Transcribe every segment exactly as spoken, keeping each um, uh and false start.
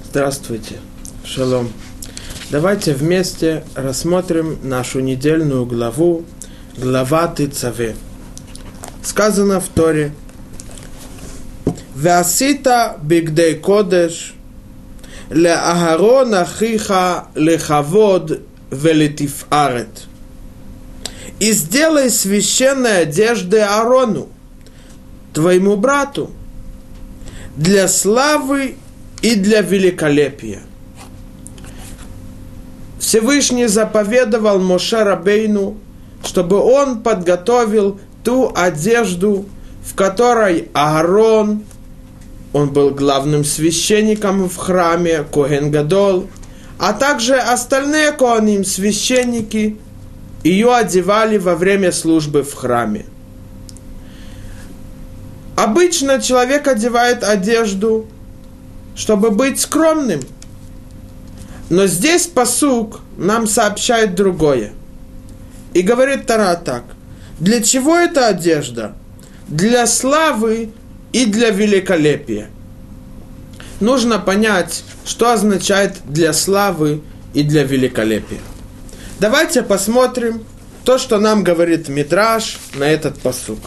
Здравствуйте, шалом. Давайте вместе рассмотрим нашу недельную главу, глава Тицаве. Сказано в Торе: «Веасита бигдей кодеш леагарон ахиха лехавод велетифарет». И сделай священные одежды Аарону, твоему брату, для славы и для великолепия. Всевышний заповедовал Моше Рабейну, чтобы он подготовил ту одежду, в которой Аарон, он был главным священником в храме, Коэн Гадол, а также остальные коаним, священники, ее одевали во время службы в храме. Обычно человек одевает одежду, чтобы быть скромным. Но здесь пасук нам сообщает другое. И говорит Тора так: для чего эта одежда? Для славы и для великолепия. Нужно понять, что означает для славы и для великолепия. Давайте посмотрим то, что нам говорит Мидраш на этот пасук.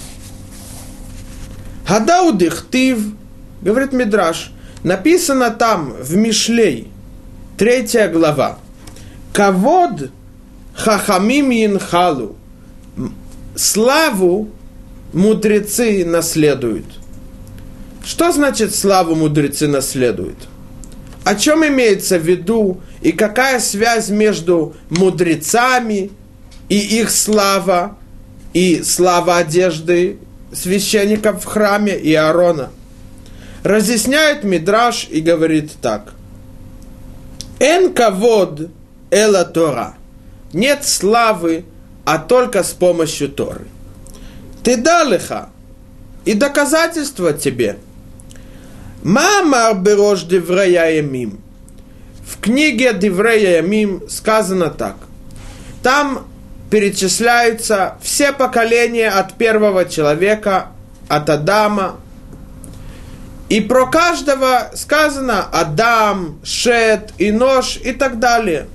Гадау дихтив, говорит Мидраш, написано там в Мишлей, третья глава: Кавод хахамим йинхалу, славу мудрецы наследуют. Что значит славу мудрецы наследуют? О чем имеется в виду и какая связь между мудрецами и их слава, и слава одежды священников в храме и Аарона? Разъясняет Мидраш и говорит так: «Эн кавод эла Тора». Нет славы, а только с помощью Торы. «Ты далеха» и доказательство тебе. «Маамар берош деврея ямим». В книге Деврея Ямим сказано так. Там перечисляются все поколения от первого человека, от Адама. И про каждого сказано Адам, Шет, Инош и так далее.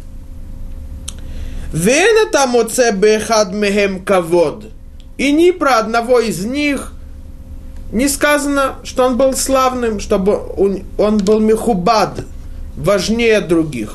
«Вен это моце бехад мехем кавод». И ни про одного из них не сказано, что он был славным, чтобы он был мехубад, важнее других.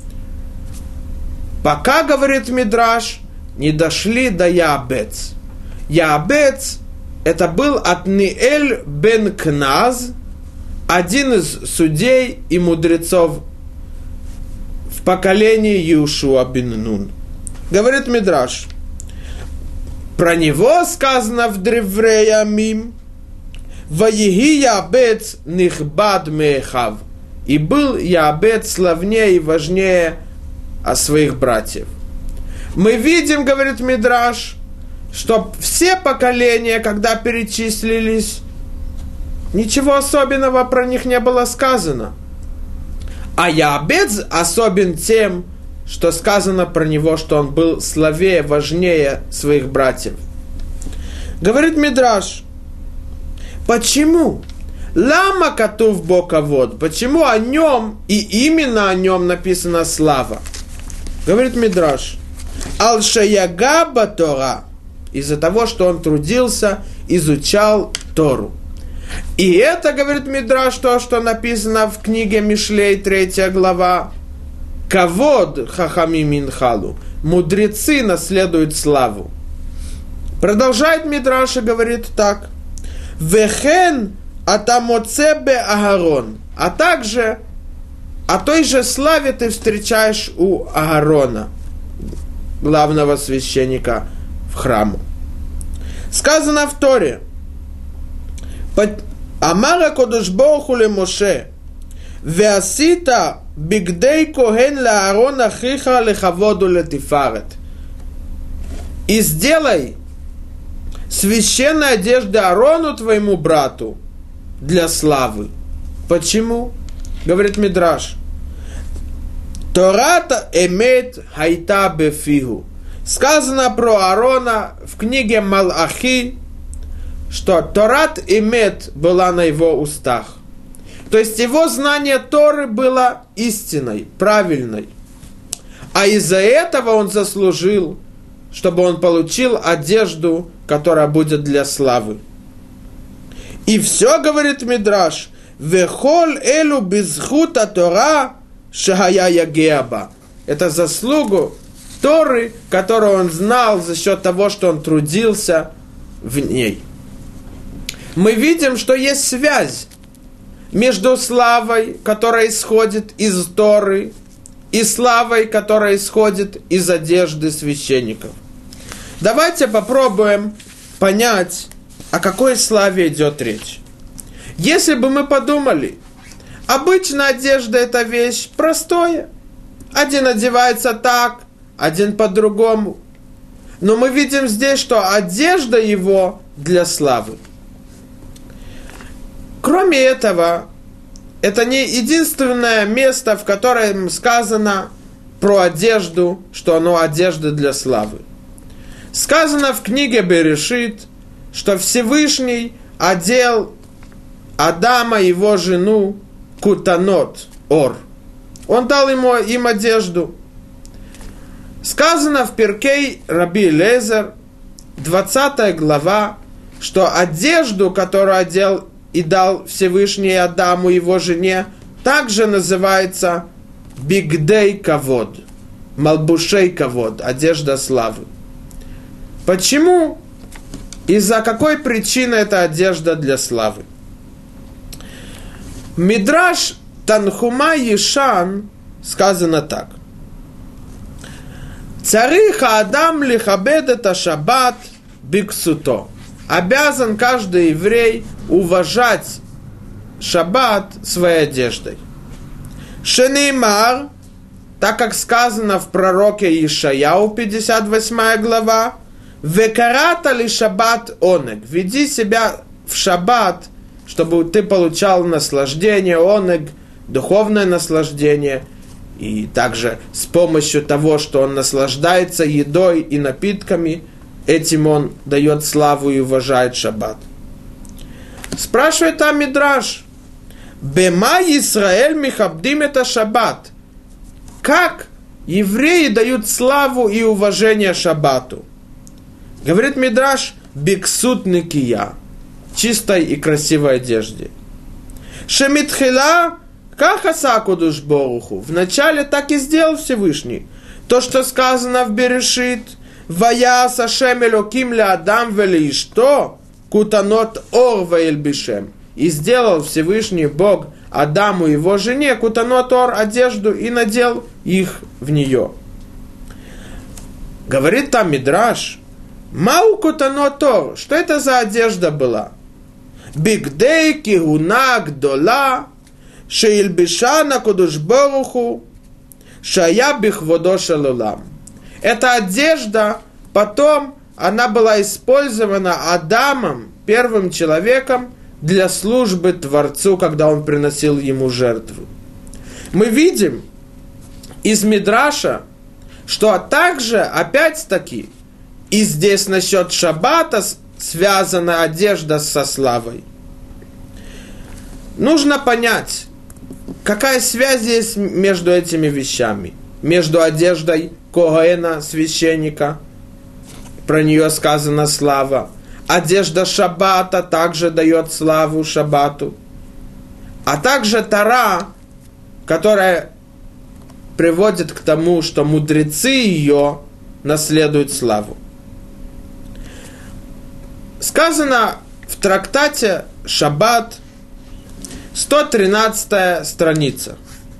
Пока, говорит Мидраш, не дошли до Яабец. Яабец — это был Отниэль бен Кназ, один из судей и мудрецов в поколении Иешуа бен Нун. Говорит Мидраш, про него сказано в Деврей Ямим: «Ваеги Яабец нихбад меэхав». И был Яабец славнее и важнее от своих братьев. Мы видим, говорит Мидраш, что все поколения, когда перечислились, ничего особенного про них не было сказано. А Яабец особен тем, что сказано про него, что он был славнее, важнее своих братьев. Говорит Мидраш, почему? Лама катув бо кавод. Почему о нем и именно о нем написана слава? Говорит Мидраш, Ал-Шаягаба Тора, из-за того, что он трудился, изучал Тору. И это, говорит Мидраш, то, что написано в книге Мишлей, третья глава. Кавод хахамим йинхалу. Мудрецы наследуют славу. Продолжает Мидраш и говорит так: Вехен атамоцебе Аарон. А также о той же славе ты встречаешь у Аарона, главного священника в храму. Сказано в Торе: Амара кодош боруху ле Моше, веасита бигдей коэн ле Аарон ахиха лехаводу летифарет. И сделай священные одежды Аарону, твоему брату, для славы. Почему? Говорит Мидраш, Тората эмет хайта бефиху. Сказано про Аарона в книге Малахи, что Торат эмет была на его устах. То есть его знание Торы было истинной, правильной. А из-за этого он заслужил, чтобы он получил одежду, которая будет для славы. И все, говорит Мидраш, «Вехоль элу безхута Тора шахая ягеаба». Это заслугу Торы, которую он знал за счет того, что он трудился в ней. Мы видим, что есть связь между славой, которая исходит из Торы, и славой, которая исходит из одежды священников. Давайте попробуем понять, о какой славе идет речь. Если бы мы подумали, обычно одежда – это вещь простая. Один одевается так, один по-другому. Но мы видим здесь, что одежда его для славы. Кроме этого, это не единственное место, в котором сказано про одежду, что оно одежда для славы. Сказано в книге Берешит, что Всевышний одел Адама, его жену, кутанот, ор. Он дал ему, им одежду. Сказано в Перкей Раби Элиэзер, двадцатая глава, что одежду, которую одел и дал Всевышний Адаму, его жене, также называется бигдей кавод, малбушей кавод, одежда славы. Почему? Из-за какой причины эта одежда для славы? Мидраш Танхума Ешан сказано так. Цариха Адам лихабед это шаббат биксуто. Обязан каждый еврей уважать шаббат своей одеждой. Шенеймар, так как сказано в пророке Ишаяу, пятьдесят восьмая глава, «Векарата ли шаббат онег» – «Веди себя в шаббат, чтобы ты получал наслаждение, онег», духовное наслаждение, и также с помощью того, что он наслаждается едой и напитками, этим он дает славу и уважает шаббат. Спрашивает там Мидраш, «Бема Исраэль михабдим это шаббат». Как евреи дают славу и уважение шаббату? Говорит Мидраш, «Биксут никия», чистой и красивой одежде. «Шемитхила кахаса кудуш боруху». Вначале так и сделал Всевышний. То, что сказано в Берешит, «Ваяс Ашем элоким ле Адам веле ишто, кутанот ор ваэльбишем». И сделал Всевышний Бог Адаму и его жене кутанот ор, одежду, и надел их в нее. Говорит там Мидраш, «Мау кутанот ор», что это за одежда была? «Бигдей кигуна гдола, шеильбишана кудуш боруху, шая бихводо шалулам». Эта одежда потом, она была использована Адамом, первым человеком, для службы Творцу, когда он приносил ему жертву. Мы видим из Мидраша, что также, опять-таки, и здесь насчет шаббата связана одежда со славой. Нужно понять, какая связь есть между этими вещами. Между одеждой Коэна, священника, про нее сказана слава. Одежда шаббата также дает славу шаббату. А также Тора, которая приводит к тому, что мудрецы ее наследуют славу. Сказано в трактате «Шаббат», сто тринадцатая страница.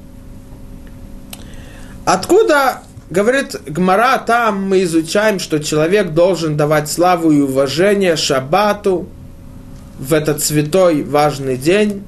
Откуда, говорит Гмара, там мы изучаем, что человек должен давать славу и уважение шаббату в этот святой важный день,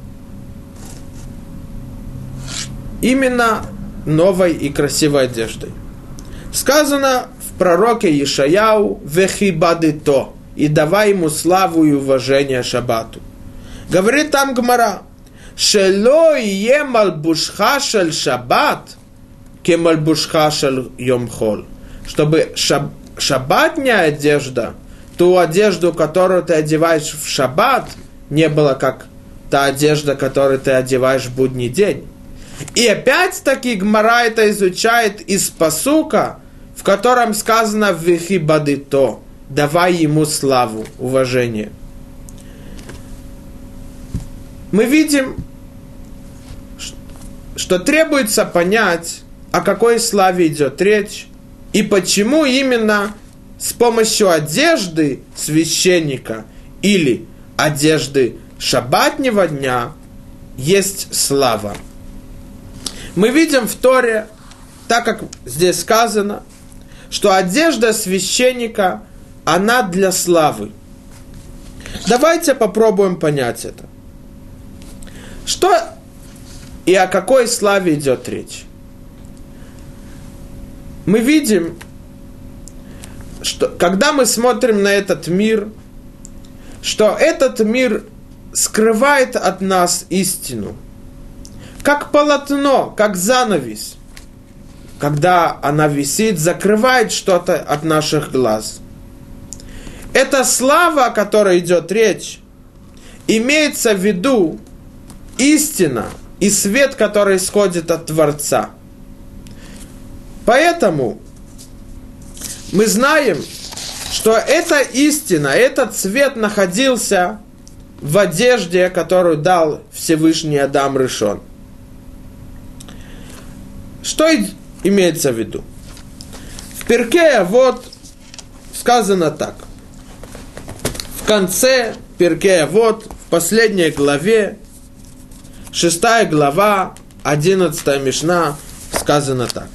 именно новой и красивой одеждой. Сказано в пророке Ишаяу «Вехибадито» и давай ему славу и уважение шаббату. Говорит там Гмара «Шело ие малбушха шель шаббат кемальбушха шель йомхол», чтобы шаб, шаббатняя одежда, ту одежду, которую ты одеваешь в шаббат, не была как та одежда, которую ты одеваешь в будний день. И опять-таки Гмара это изучает из пасука, в котором сказано «Вихи бадито», давай ему славу, уважение. Мы видим, что требуется понять, о какой славе идет речь, и почему именно с помощью одежды священника или одежды шаббатнего дня есть слава. Мы видим в Торе, так как здесь сказано, что одежда священника, она для славы. Давайте попробуем понять это. Что и о какой славе идет речь? Мы видим, что когда мы смотрим на этот мир, что этот мир скрывает от нас истину. Как полотно, как занавес, когда она висит, закрывает что-то от наших глаз. Эта слава, о которой идет речь, имеется в виду истина и свет, который исходит от Творца. Поэтому мы знаем, что эта истина, этот свет находился в одежде, которую дал Всевышний Адам Ришон. Что имеется в виду? В Перкей Авот сказано так. В конце Перкей Авот, в последней главе, шестая глава, одиннадцатая мишна, сказано так.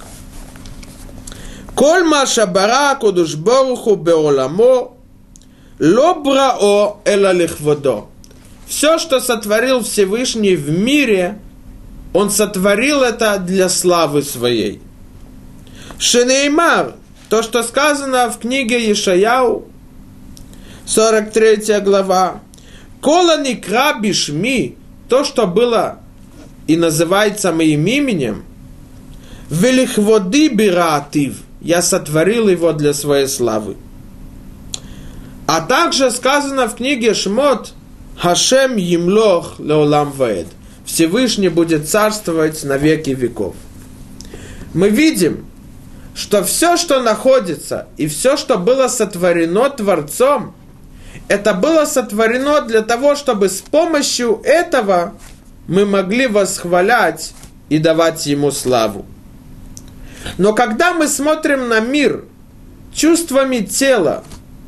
Коль маша бара кодуш боруху беоламо ло брао эла лихводо. Все, что сотворил Всевышний в мире, Он сотворил это для славы своей. Шенеймар, то, что сказано в книге Ешаяу, сорок третья глава. Кола никра бишми, то, что было и называется моим именем, велихводи бираатив, я сотворил его для своей славы. А также сказано в книге Шмот, Хашем Йимлох Леолам Ваэд, Всевышний будет царствовать на веки веков. Мы видим, что все, что находится, и все, что было сотворено Творцом, это было сотворено для того, чтобы с помощью этого мы могли восхвалять и давать Ему славу. Но когда мы смотрим на мир чувствами тела,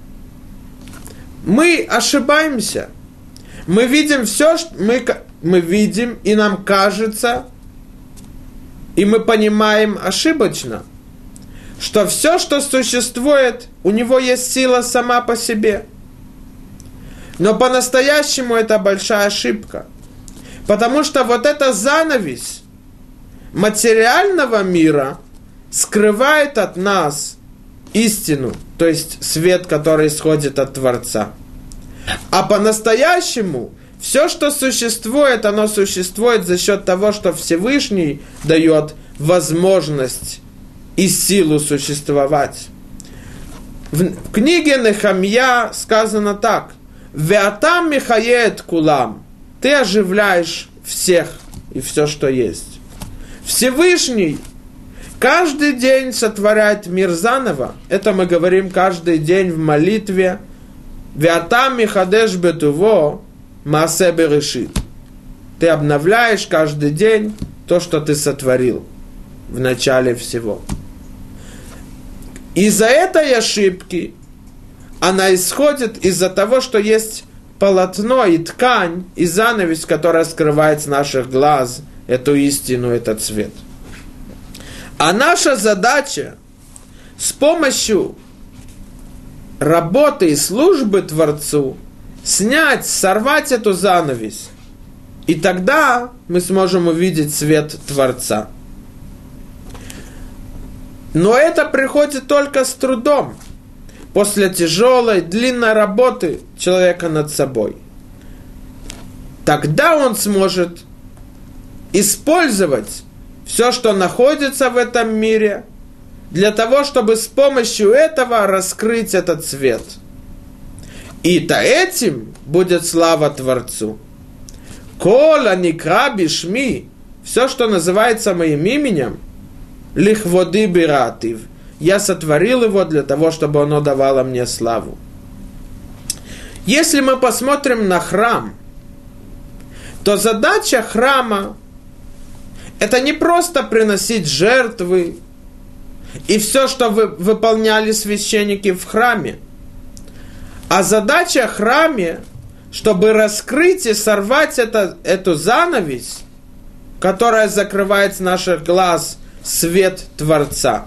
мы ошибаемся. Мы видим все, что мы, мы видим, и нам кажется, и мы понимаем ошибочно, что все, что существует, у него есть сила сама по себе. Но по-настоящему это большая ошибка. Потому что вот эта занавесь материального мира скрывает от нас истину, то есть свет, который исходит от Творца. А по-настоящему все, что существует, оно существует за счет того, что Всевышний дает возможность и силу существовать. В книге Нехемия сказано так: «Веатам михает кулам», ты оживляешь всех и все, что есть. Всевышний каждый день сотворяет мир заново. Это мы говорим каждый день в молитве. «Веатам михадеш бетуво маасе берешит». Ты обновляешь каждый день то, что ты сотворил в начале всего. Из-за этой ошибки она исходит из-за того, что есть полотно и ткань, и занавес, которая скрывает с наших глаз эту истину, этот свет. А наша задача с помощью работы и службы Творцу снять, сорвать эту занавес. И тогда мы сможем увидеть свет Творца. Но это приходит только с трудом, после тяжелой, длинной работы человека над собой. Тогда он сможет использовать все, что находится в этом мире, для того, чтобы с помощью этого раскрыть этот свет. И-то этим будет слава Творцу. Кола никра бишми, все, что называется моим именем, лихводы биратив, я сотворил его для того, чтобы оно давало мне славу. Если мы посмотрим на храм, то задача храма – это не просто приносить жертвы и все, что вы, выполняли священники в храме, а задача в храме, чтобы раскрыть и сорвать это, эту занавесь, которая закрывает с наших глаз свет Творца.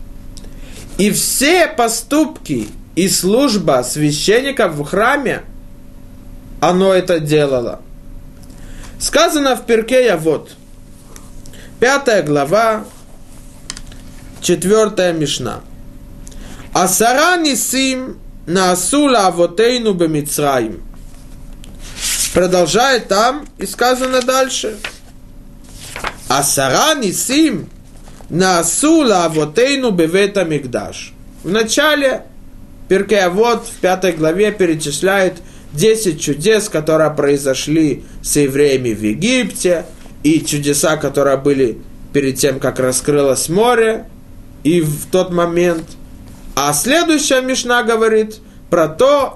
И все поступки и служба священников в храме, оно это делало. Сказано в Перкей Авот, пятая глава, четвертая мишна. Асара нисим наасу лаавотейну бемицраим. Продолжает там, и сказано дальше. Асара нисим наасу лаавотейну бевет амикдаш. В начале Перкей Авот в пятой главе перечисляет десять чудес, которые произошли с евреями в Египте, и чудеса, которые были перед тем, как раскрылось море, и в тот момент. А следующая мишна говорит про то,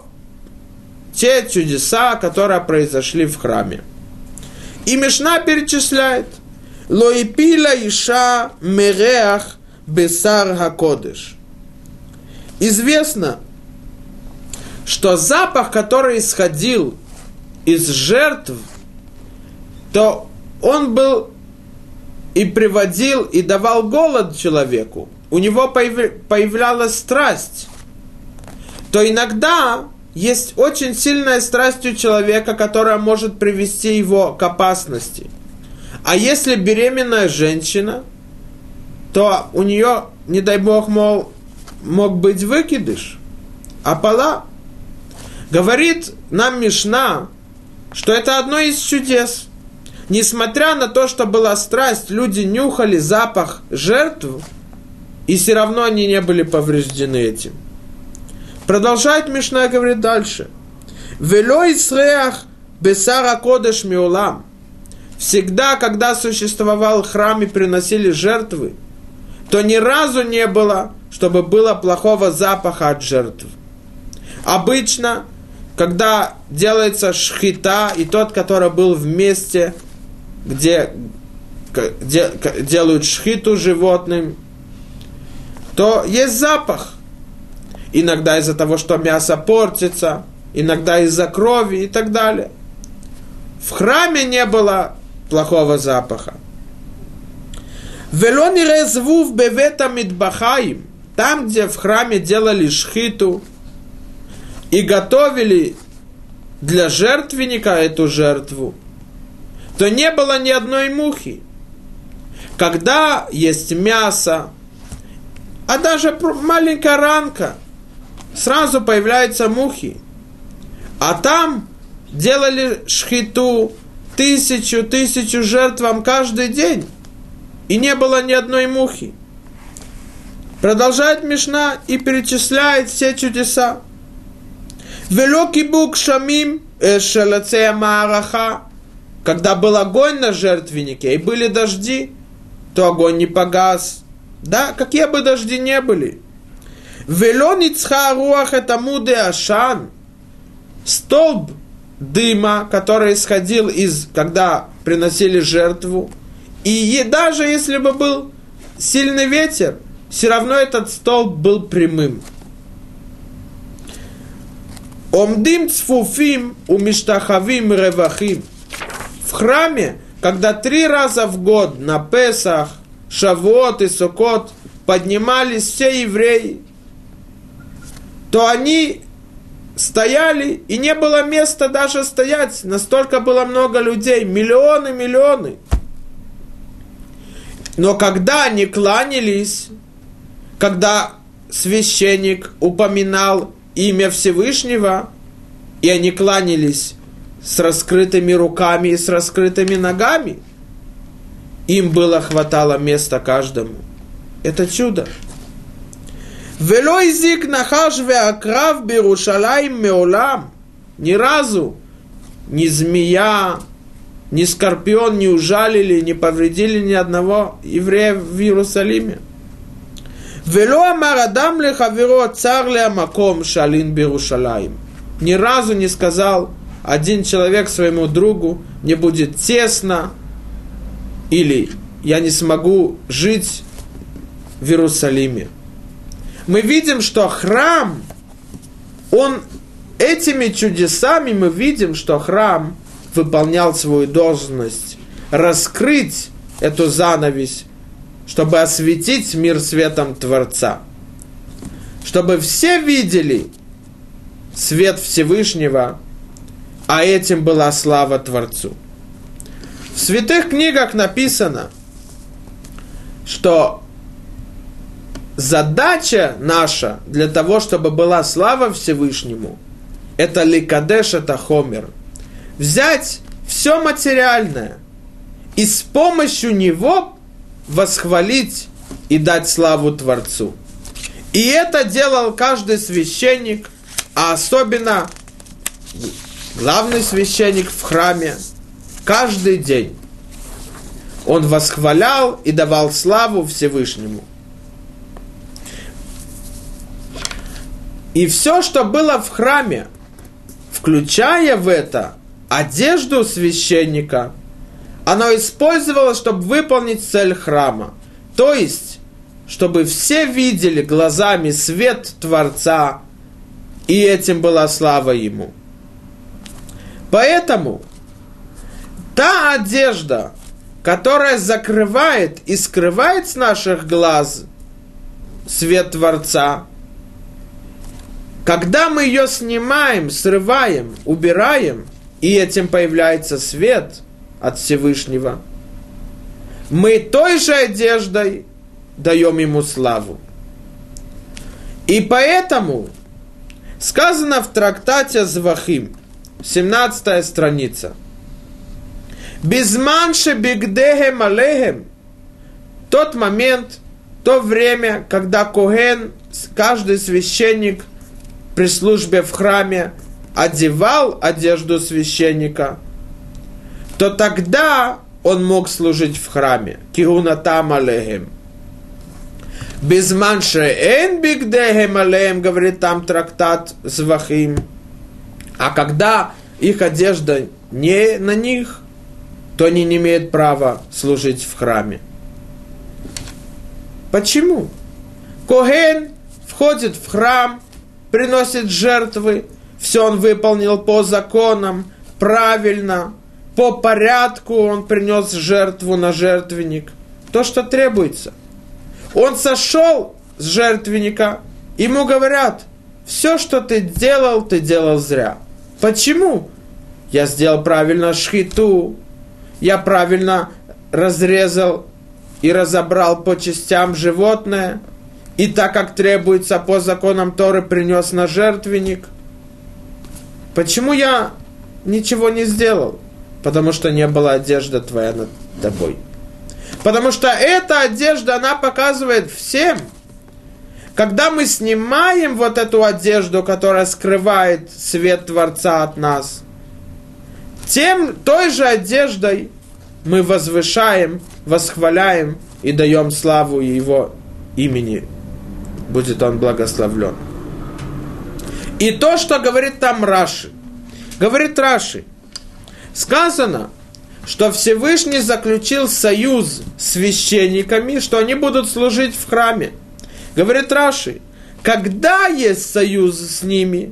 те чудеса, которые произошли в храме. И мишна перечисляет: «Лоипила иша мереах бесар хакодыш». Известно, что запах, который исходил из жертв, то он был и приводил, и давал голод человеку. У него появлялась страсть. То иногда есть очень сильная страсть у человека, которая может привести его к опасности. А если беременная женщина, то у нее, не дай бог, мол, мог быть выкидыш, опала. Говорит нам Мишна, что это одно из чудес. Несмотря на то, что была страсть, люди нюхали запах жертв, и все равно они не были повреждены этим. Продолжает Мишна и говорит дальше. «Вело исреах бесара кодеш миолам». Всегда, когда существовал храм и приносили жертвы, то ни разу не было, чтобы было плохого запаха от жертв. Обычно, когда делается шхита, и тот, который был в месте, где, где делают шхиту животным, то есть запах. Иногда из-за того, что мясо портится, иногда из-за крови и так далее. В храме не было плохого запаха. «Вело нирезвув бевета митбахаим». Там, где в храме делали шхиту и готовили для жертвенника эту жертву, то не было ни одной мухи. Когда есть мясо, а даже маленькая ранка, сразу появляются мухи. А там делали шхиту, тысячу, тысячу жертвам каждый день, и не было ни одной мухи. Продолжает Мишна и перечисляет все чудеса. «Вело кибук шамим шалацея маараха». Когда был огонь на жертвеннике и были дожди, то огонь не погас. Да, какие бы дожди не были. «Вело ницха руах этамуде ашан». Столб дыма, который исходил из, когда приносили жертву. И даже если бы был сильный ветер, все равно этот столб был прямым. Омдим цфуфим умиштахавим ревахим. В храме, когда три раза в год на Песах, Шавуот и Суккот поднимались все евреи, то они стояли, и не было места даже стоять. Настолько было много людей, миллионы, миллионы. Но когда они кланялись, когда священник упоминал имя Всевышнего, и они кланялись с раскрытыми руками и с раскрытыми ногами, им было хватало места каждому. Это чудо. «Вело изик нахаш веакрав бирушалаим меолам». Ни разу ни змея, ни скорпион не ужалили, не повредили ни одного еврея в Иерусалиме. Вело амар адам лехаверо цар леамаком шалин бирушалаим. Ни разу не сказал один человек своему другу: мне будет тесно, или я не смогу жить в Иерусалиме. Мы видим, что храм, он этими чудесами мы видим, что храм выполнял свою должность раскрыть эту занавесь, чтобы осветить мир светом Творца, чтобы все видели свет Всевышнего, а этим была слава Творцу. В святых книгах написано, что задача наша для того, чтобы была слава Всевышнему, это ликадеш, это хомер. Взять все материальное и с помощью него восхвалить и дать славу Творцу. И это делал каждый священник, а особенно главный священник в храме, каждый день. Он восхвалял и давал славу Всевышнему. И все, что было в храме, включая в это одежду священника, оно использовалось, чтобы выполнить цель храма. То есть, чтобы все видели глазами свет Творца, и этим была слава Ему. Поэтому та одежда, которая закрывает и скрывает с наших глаз свет Творца, когда мы ее снимаем, срываем, убираем, и этим появляется свет от Всевышнего, мы той же одеждой даем Ему славу. И поэтому сказано в трактате Звахим, семнадцатая страница: «Безманше бигдехем алехем», тот момент, то время, когда коген, каждый священник при службе в храме одевал одежду священника, то тогда он мог служить в храме. Кигунатам алехем. Безманше эн бигдехем алехем, говорит там трактат Звахим. А когда их одежда не на них, то они не имеют права служить в храме. Почему? Коген входит в храм, приносит жертвы, все он выполнил по законам, правильно, по порядку он принес жертву на жертвенник, то, что требуется. Он сошел с жертвенника, ему говорят: все, что ты делал, ты делал зря. Почему? Я сделал правильно шхиту, я правильно разрезал и разобрал по частям животное, и так как требуется по законам Торы, принес на жертвенник. Почему я ничего не сделал? Потому что не была одежда твоя над тобой. Потому что эта одежда, она показывает всем, когда мы снимаем вот эту одежду, которая скрывает свет Творца от нас, тем, той же одеждой мы возвышаем, восхваляем и даем славу Его имени. Будет Он благословлен. И то, что говорит там Раши. Говорит Раши. Сказано, что Всевышний заключил союз с священниками, что они будут служить в храме. Говорит Раши, когда есть союз с ними,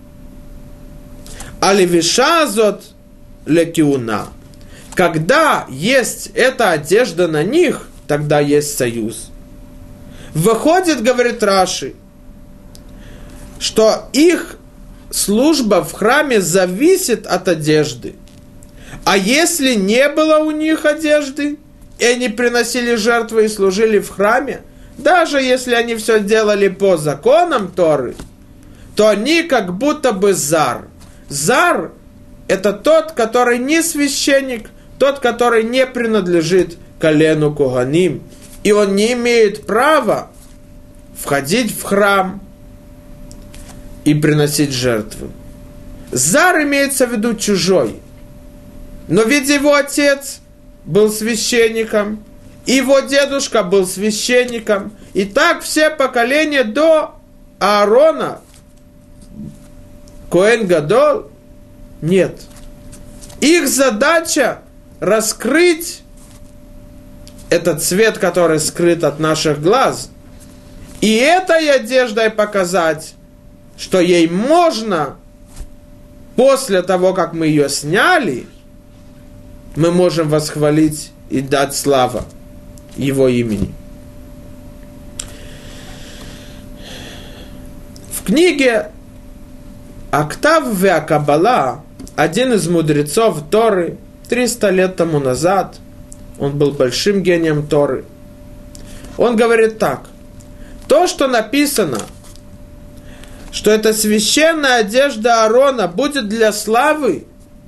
аливишазот лекиуна, когда есть эта одежда на них, тогда есть союз. Выходит, говорит Раши, что их служба в храме зависит от одежды. А если не было у них одежды, и они приносили жертвы и служили в храме, даже если они все делали по законам Торы, то они как будто бы зар. Зар – это тот, который не священник, тот, который не принадлежит колену Коганим, и он не имеет права входить в храм и приносить жертвы. Зар имеется в виду чужой. Но ведь его отец был священником, и его дедушка был священником. И так все поколения до Аарона, Коэн Гадол, нет. Их задача раскрыть этот свет, который скрыт от наших глаз, и этой одеждой показать, что ей можно, после того, как мы ее сняли, мы можем восхвалить и дать славу его имени. В книге «Октав ве Каббала» один из мудрецов Торы триста лет тому назад, он был большим гением Торы, он говорит так: то, что написано, что эта священная одежда Аарона будет для славы,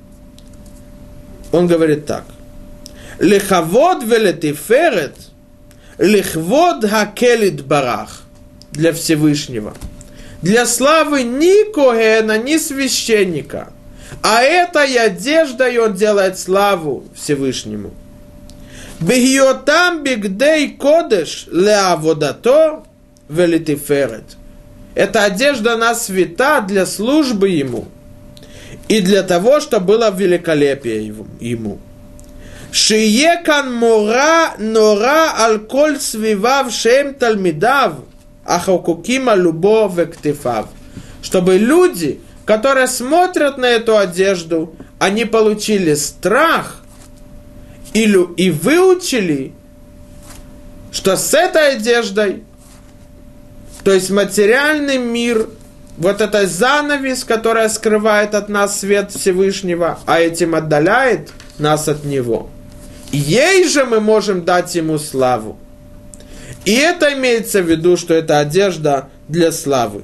он говорит так: лехавод велетиферет, лехвод хакелит барах, для Всевышнего, для славы ни Коэна, ни священника, а этой одеждой он делает славу Всевышнему. Бехиотам бигдей кодеш леаводато велетиферет. Эта одежда, она свята для службы ему и для того, чтобы было великолепие ему. Шиекан мора нора аль коль свивав шем талмидав ахокукима любо вектифав. Чтобы люди, которые смотрят на эту одежду, они получили страх и, и выучили, что с этой одеждой, то есть материальный мир, вот это занавес, которая скрывает от нас свет Всевышнего, а этим отдаляет нас от Него. Ей же мы можем дать Ему славу. И это имеется в виду, что это одежда для славы.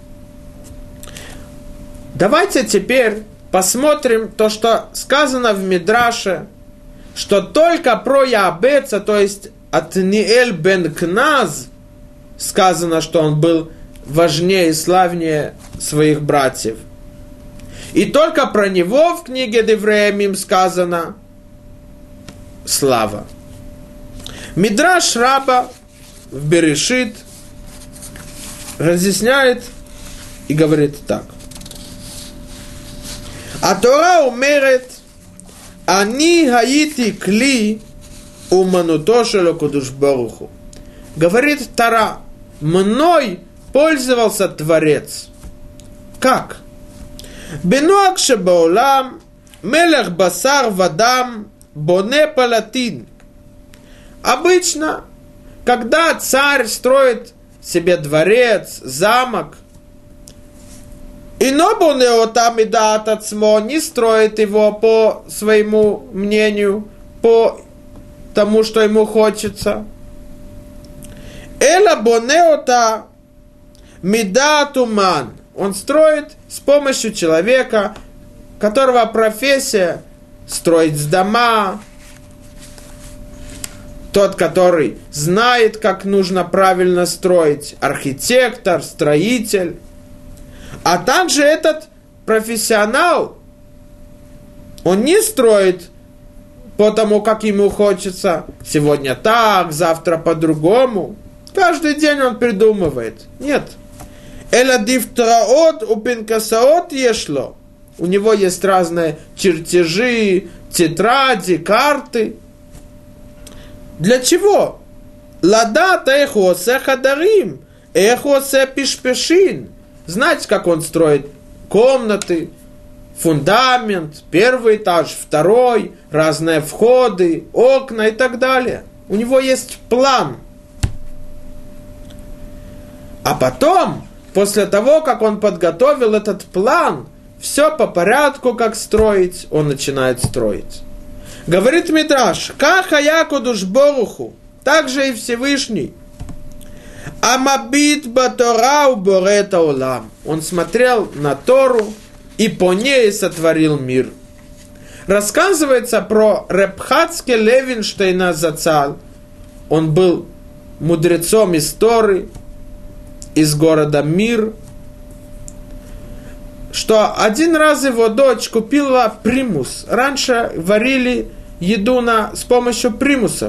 Давайте теперь посмотрим то, что сказано в Мидраше, что только про Яабеца, то есть Отниэль бен Кназ, сказано, что он был важнее и славнее своих братьев. И только про него в книге Девреямим сказано слава. Мидраш Раба в Берешит разъясняет и говорит так. А Тора умерет, ани хаити кли умануто шело кодуш баруху. Говорит Тора, мной пользовался Творец. Как? Бенуак шебаолам, мелех басар вадам, боне палатин. Обычно, когда царь строит себе дворец, замок, ино боне отам и дат ацмо, не строит его по своему мнению, по тому, что ему хочется. Эла бонеота мидатуман. Он строит с помощью человека, которого профессия строить дома, тот, который знает, как нужно правильно строить, архитектор, строитель. А также этот профессионал, он не строит по тому, как ему хочется, сегодня так, завтра по-другому. Каждый день он придумывает. Нет. Эла дифтраот у пинкасаот ешло. У него есть разные чертежи, тетради, карты. Для чего? Ладат эхосе хадарим, эхосе пишпешин. Знать, как он строит комнаты, фундамент, первый этаж, второй, разные входы, окна и так далее. У него есть план. А потом, после того, как он подготовил этот план, все по порядку, как строить, он начинает строить. Говорит Мидраш, каха якудуш боруху, также и Всевышний. Амабит батора уборета улам. Он смотрел на Тору и по ней сотворил мир. Рассказывается про Реб Хацке Левинштейна Зацал. Он был мудрецом из Торы, из города Мир, что один раз его дочь купила примус. Раньше варили еду на, с помощью примусов.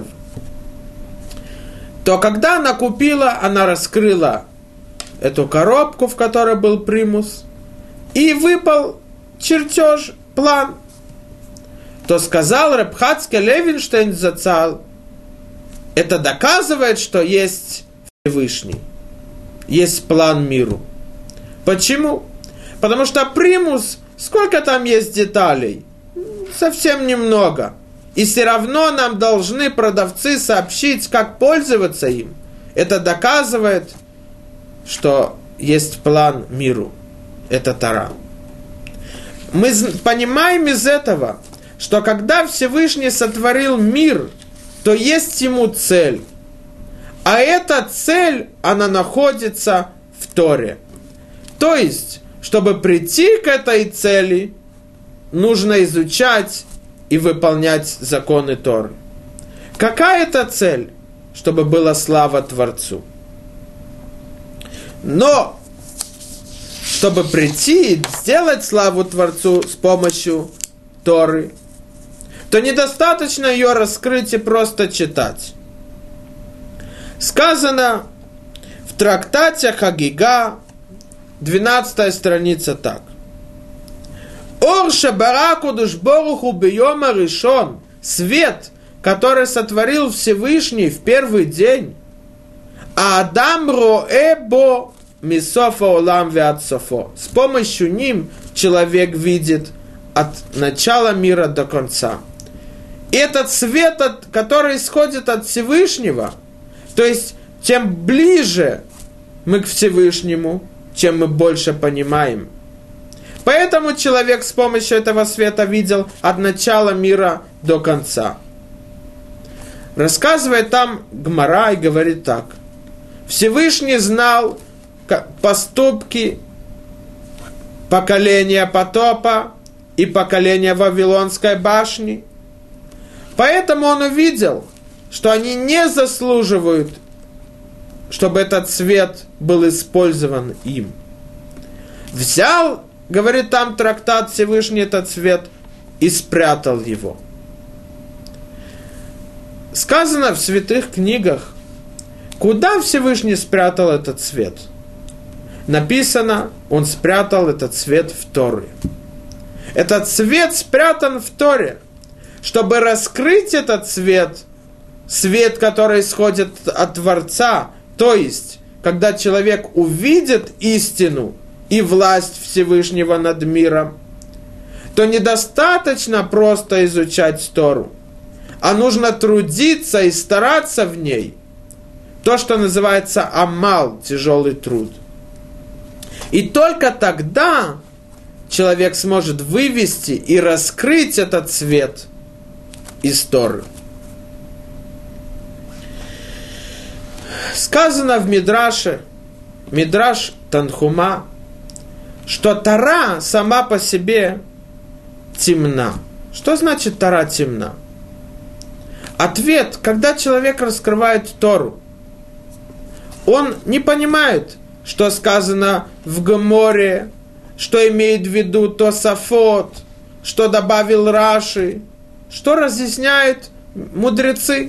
То когда она купила, она раскрыла эту коробку, в которой был примус, и выпал чертеж, план. То сказал Реб Хацкель Левинштейн зацал, это доказывает, что есть Всевышний, есть план миру. Почему? Потому что примус, сколько там есть деталей? Совсем немного. И все равно нам должны продавцы сообщить, как пользоваться им. Это доказывает, что есть план миру. Это Тора. Мы понимаем из этого, что когда Всевышний сотворил мир, то есть ему цель. А эта цель, она находится в Торе. То есть, чтобы прийти к этой цели, нужно изучать и выполнять законы Торы. Какая это цель? Чтобы была слава Творцу. Но, чтобы прийти и сделать славу Творцу с помощью Торы, то недостаточно ее раскрыть и просто читать. Сказано в трактате Хагига, двенадцатая страница так. Ор шебараку душборуху бьема решон, свет, который сотворил Всевышний в первый день, а Адам роэбо мисофа олам веат софо. С помощью ним человек видит от начала мира до конца. И этот свет, который исходит от Всевышнего, то есть, чем ближе мы к Всевышнему, чем мы больше понимаем. Поэтому человек с помощью этого света видел от начала мира до конца. Рассказывает там Гмара и говорит так. Всевышний знал поступки поколения потопа и поколения Вавилонской башни. Поэтому он увидел, что они не заслуживают, чтобы этот свет был использован им. Взял, говорит там трактат Всевышний, этот свет и спрятал его. Сказано в святых книгах, куда Всевышний спрятал этот свет? Написано, он спрятал этот свет в Торе. Этот свет спрятан в Торе. Чтобы раскрыть этот свет, свет, который исходит от Творца, то есть, когда человек увидит истину и власть Всевышнего над миром, то недостаточно просто изучать Тору, а нужно трудиться и стараться в ней. То, что называется амал, тяжелый труд. И только тогда человек сможет вывести и раскрыть этот свет из Торы. Сказано в Мидраше, Мидраш Танхума, что Тора сама по себе темна. Что значит Тора темна? Ответ, когда человек раскрывает Тору, он не понимает, что сказано в Геморе, что имеет в виду Тосафот, что добавил Раши, что разъясняют мудрецы.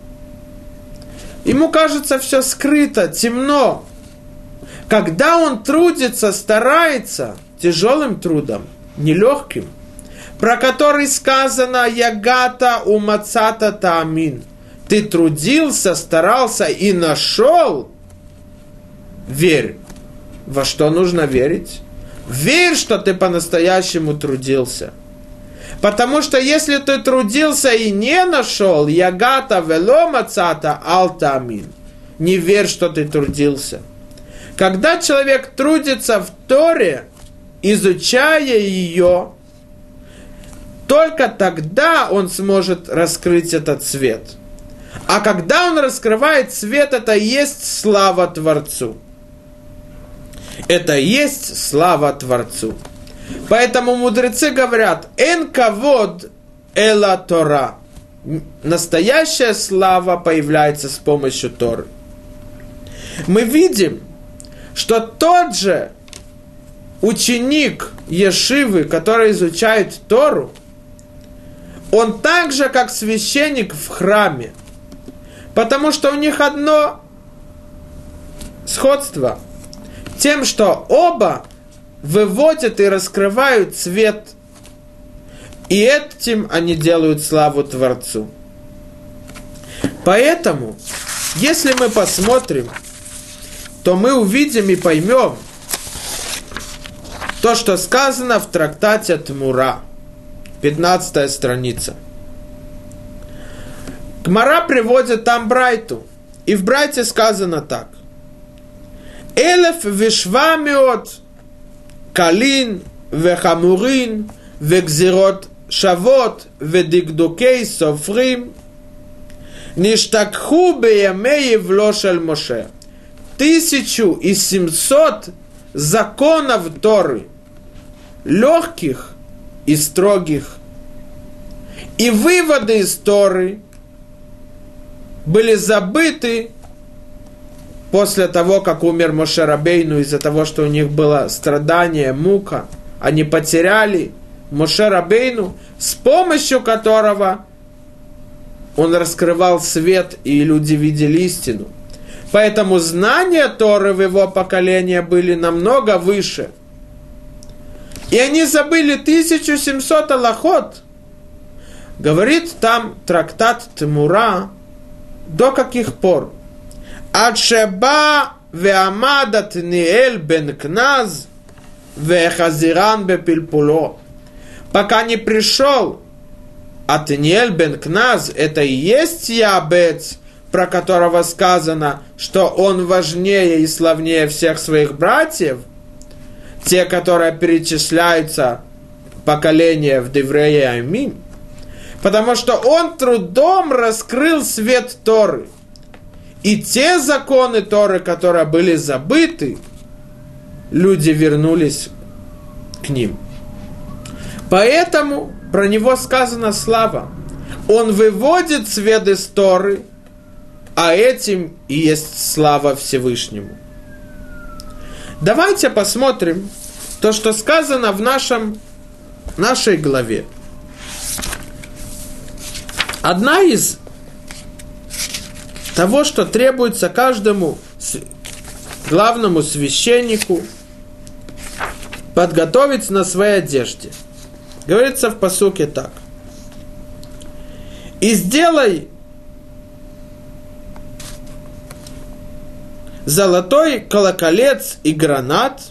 Ему кажется все скрыто, темно. Когда он трудится, старается тяжелым трудом, нелегким, про который сказано «Ягата умацата таамин». Ты трудился, старался и нашел. Верь. Во что нужно верить? Верь, что ты по-настоящему трудился. Потому что если ты трудился и не нашел, ягата вело мацата ал таамин, не верь, что ты трудился. Когда человек трудится в Торе, изучая ее, только тогда он сможет раскрыть этот свет. А когда он раскрывает свет, это и есть слава Творцу. Это и есть слава Творцу. Поэтому мудрецы говорят, «Эн кавод эла Тора». Настоящая слава появляется с помощью Торы. Мы видим, что тот же ученик Ешивы, который изучает Тору, он так же, как священник в храме. Потому что у них одно сходство. Тем, что оба выводят и раскрывают свет. И этим они делают славу Творцу. Поэтому, если мы посмотрим, то мы увидим и поймем то, что сказано в трактате Тмура, пятнадцатая страница. Гмара приводит там Брайту, и в Брайте сказано так. Элеф вишвамиот калин вехамурин вегзирот шавот ведигдукей софрим ништакху беямей влошель Моше. Тысячу и семьсот законов Торы, легких и строгих, и выводы из Торы были забыты после того, как умер Моше Рабейну, из-за того, что у них было страдание, мука. Они потеряли Моше Рабейну, с помощью которого он раскрывал свет, и люди видели истину. Поэтому знания Торы в его поколении были намного выше. И они забыли тысячу семьсот алахот. Говорит там трактат Тмура, до каких пор? Ад-шеба веамада Тниэль бен Кназ вехазиран бепильпуло. Пока не пришел Атниэль бен Кназ, это и есть Яабец, про которого сказано, что он важнее и славнее всех своих братьев, те, которые перечисляются поколения в Деврее Амим, потому что он трудом раскрыл свет Торы. И те законы Торы, которые были забыты, люди вернулись к ним. Поэтому про него сказано слава. Он выводит свет из Торы, а этим и есть слава Всевышнему. Давайте посмотрим то, что сказано в нашем, нашей главе. Одна из того, что требуется каждому главному священнику подготовить на своей одежде. Говорится в пасуке так. И сделай золотой колоколец и гранат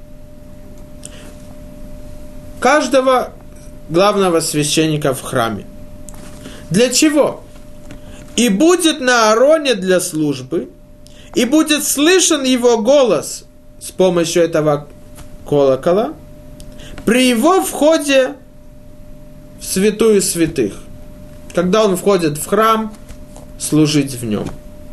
каждого главного священника в храме. Для чего? И будет на Аароне для службы, и будет слышен его голос с помощью этого колокола при его входе в святую святых, когда он входит в храм служить в нем.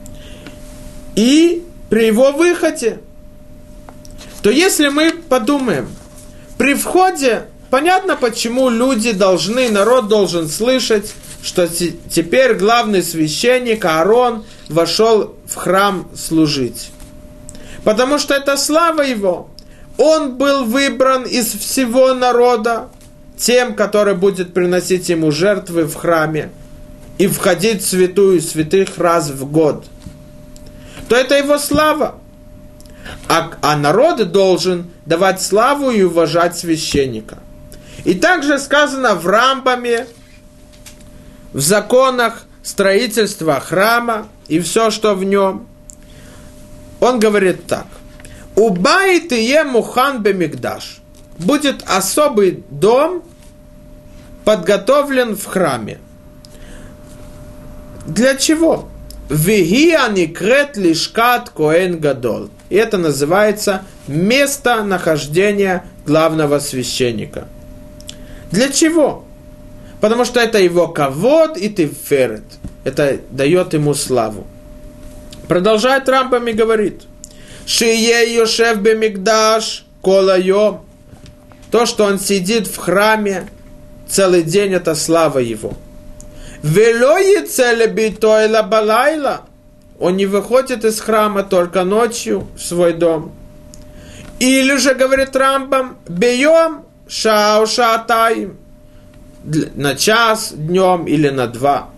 И при его выходе, то если мы подумаем, при входе, понятно, почему люди должны, народ должен слышать, что теперь главный священник Аарон вошел в храм служить. Потому что это слава его. Он был выбран из всего народа тем, который будет приносить ему жертвы в храме и входить в святую святых раз в год. То это его слава. А, а народ должен давать славу и уважать священника. И также сказано в Рамбаме, в законах строительства храма и все, что в нем. Он говорит так. Убайт ие мухан бемикдаш. Будет особый дом подготовлен в храме. Для чего? Веги аникрет лишкат коэн гадол. И это называется место нахождения главного священника. Для чего? Потому что это его кавод и тиферет. Это дает ему славу. Продолжает Рамбам и говорит. Шие йошев бемикдаш кола йом. То, что он сидит в храме целый день, это слава его. Вело яцеле битойла балайла. Он не выходит из храма только ночью в свой дом. Или же, говорит Рамбам, бьем шау шаатаим, на час днем или на два.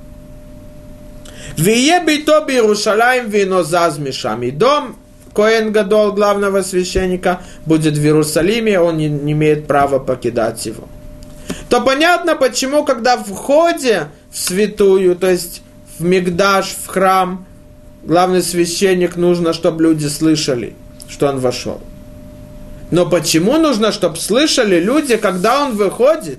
Вие бито бирушалаим вино зазмишам. И дом Коэн Гадол, главного священника, будет в Иерусалиме, он не, не имеет права покидать его. То понятно, почему, когда в входе в святую, то есть в Микдаш, в храм, главный священник, нужно, чтобы люди слышали, что он вошел. Но почему нужно, чтобы слышали люди, когда он выходит?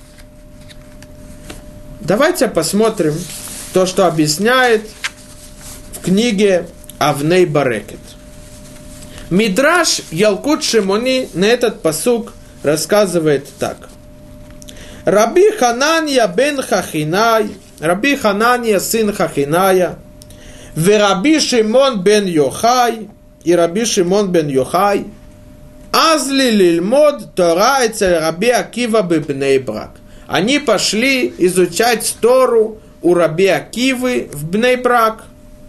Давайте посмотрим то, что объясняет в книге Авней Барекет. Мидраш Ялкут Шимони на этот пасук рассказывает так. Раби Хананья бен Хахинай, Раби Хананья сын Хахиная, Раби Шимон бен Йохай и Раби Шимон бен Йохай, Азли лильмод Тора эцель Раби Акива бебней Брак. Они пошли изучать Тору у Раби Акивы в Бней Брак.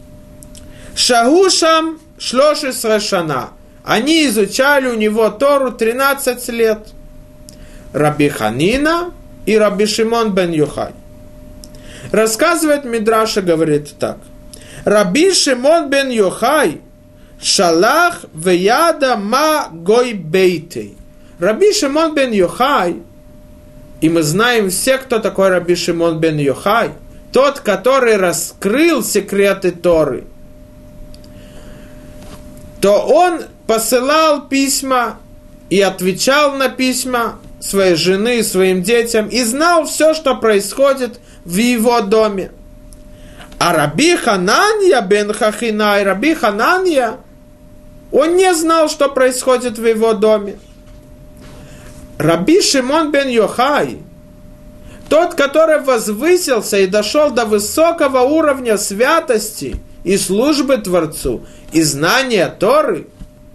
Шагушам шлошес решана. Они изучали у него Тору тринадцать лет. Раби Ханина и Раби Шимон бен Йохай. Рассказывает Мидраша, говорит так. Раби Шимон бен Йохай шалах веяда ма гой бейтей. Раби Шимон бен Йохай, и мы знаем все, кто такой Раби Шимон бен Йохай, тот, который раскрыл секреты Торы, то он посылал письма и отвечал на письма своей жены, своим детям, и знал все, что происходит в его доме. А Раби Хананья бен Хахинай, Раби Хананья, он не знал, что происходит в его доме. Раби Шимон бен Йохай, тот, который возвысился и дошел до высокого уровня святости и службы Творцу, и знания Торы,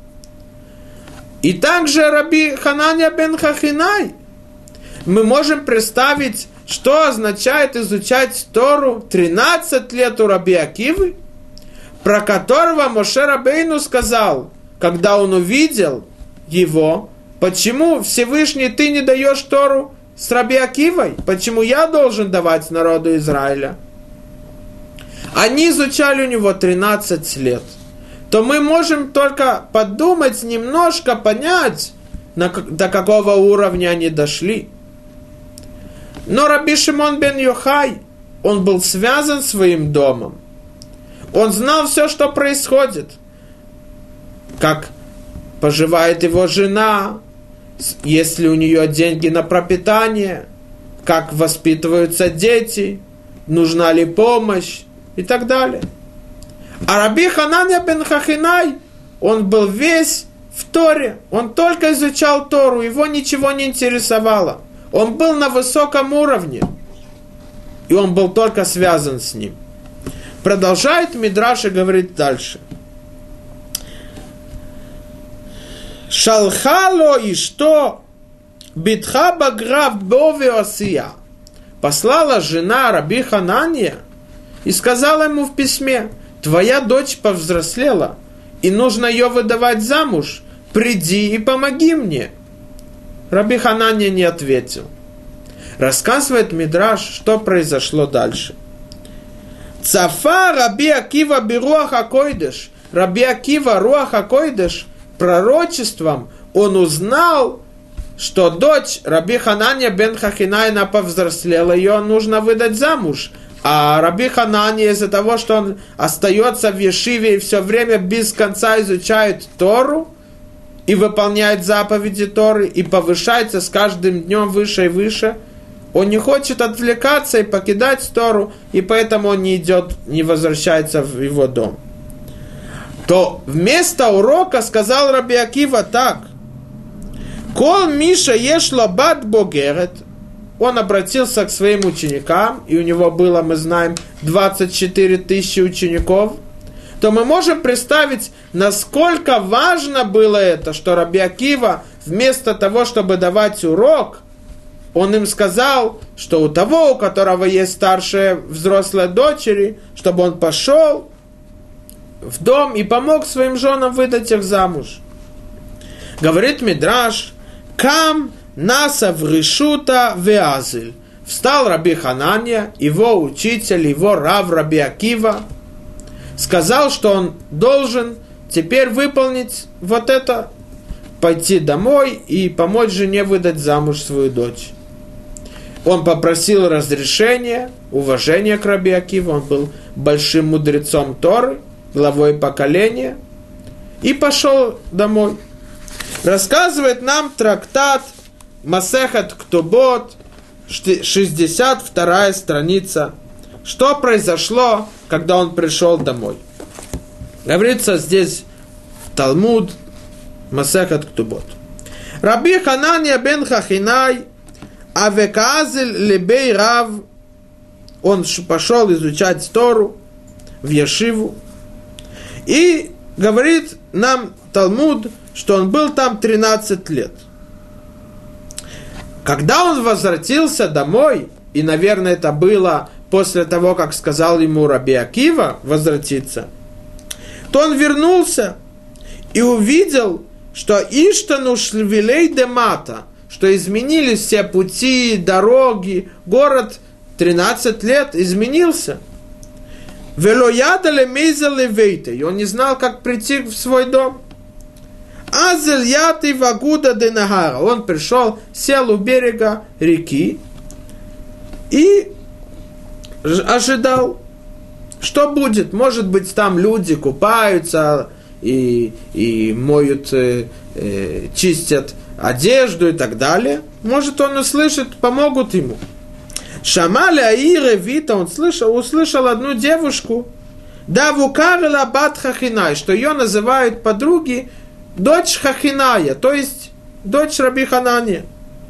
и также Раби Хананья бен Хахинай, мы можем представить, что означает изучать Тору тринадцать лет у Раби Акивы, про которого Моше Рабейну сказал, когда он увидел его, почему Всевышний ты не даешь Тору с Раби Акивой? Почему я должен давать народу Израиля? Они изучали у него тринадцать лет. То мы можем только подумать, немножко понять, на, до какого уровня они дошли. Но Раби Шимон бен Йохай, он был связан своим домом. Он знал все, что происходит. Как поживает его жена, есть ли у нее деньги на пропитание, как воспитываются дети, нужна ли помощь и так далее. А Раби Хананья бен Хахинай, он был весь в Торе, он только изучал Тору, его ничего не интересовало. Он был на высоком уровне, и он был только связан с ним. Продолжает Мидраш и говорит дальше. Шалхало и что битха баграв бове осия. Послала жена Раби Хананья и сказала ему в письме: твоя дочь повзрослела, и нужно ее выдавать замуж. Приди и помоги мне. Раби Хананья не ответил. Рассказывает Мидраш, что произошло дальше. Цафа Раби Акива бируах акойдеш. Раби Акива руах акойдеш, пророчеством он узнал, что дочь Раби Хананья бен Хахинайна повзрослела, ее нужно выдать замуж. А Раби Хананья из-за того, что он остается в Ешиве и все время без конца изучает Тору и выполняет заповеди Торы и повышается с каждым днем выше и выше, он не хочет отвлекаться и покидать Тору, и поэтому он не идет, не возвращается в его дом. То вместо урока сказал Раби Акива так: «Кол Миша ешло бат богерет». Он обратился к своим ученикам, и у него было, мы знаем, двадцать четыре тысячи учеников. То мы можем представить, насколько важно было это, что Раби Акива вместо того, чтобы давать урок, он им сказал, что у того, у которого есть старшие взрослые дочери, чтобы он пошел в дом и помог своим женам выдать их замуж. Говорит Мидраш, кам наса врешута веазель. Встал Раби Хананья, его учитель, его рав Раби Акива, сказал, что он должен теперь выполнить вот это, пойти домой и помочь жене выдать замуж свою дочь. Он попросил разрешения, уважения к Раби Акиве, он был большим мудрецом Торы, главой поколения, и пошел домой. Рассказывает нам трактат Масехет Ктубот, шестьдесят вторая страница, что произошло, когда он пришел домой. Говорится здесь Талмуд Масехет Ктубот. Раби Хананья бен Хахинай авекаазель лебей рав, он пошел изучать Тору в Ешиву, и говорит нам Талмуд, что он был там тринадцать лет. Когда он возвратился домой, и, наверное, это было после того, как сказал ему Раби Акива возвратиться, то он вернулся и увидел, что Иштану шлевилей демата, что изменились все пути, дороги, город тринадцать лет изменился. Велоядале мейзале вейте, и он не знал, как прийти в свой дом. Азель яты вагуда денагара, он пришел, сел у берега реки и ожидал, что будет. Может быть, там люди купаются и, и моют, э, э, чистят одежду и так далее. Может, он услышит, помогут ему. Шамали Аире Вита, он слышал, услышал одну девушку, Давукарила Бат Хахинай, что ее называют подруги дочь Хахиная, то есть дочь Раби Хананья.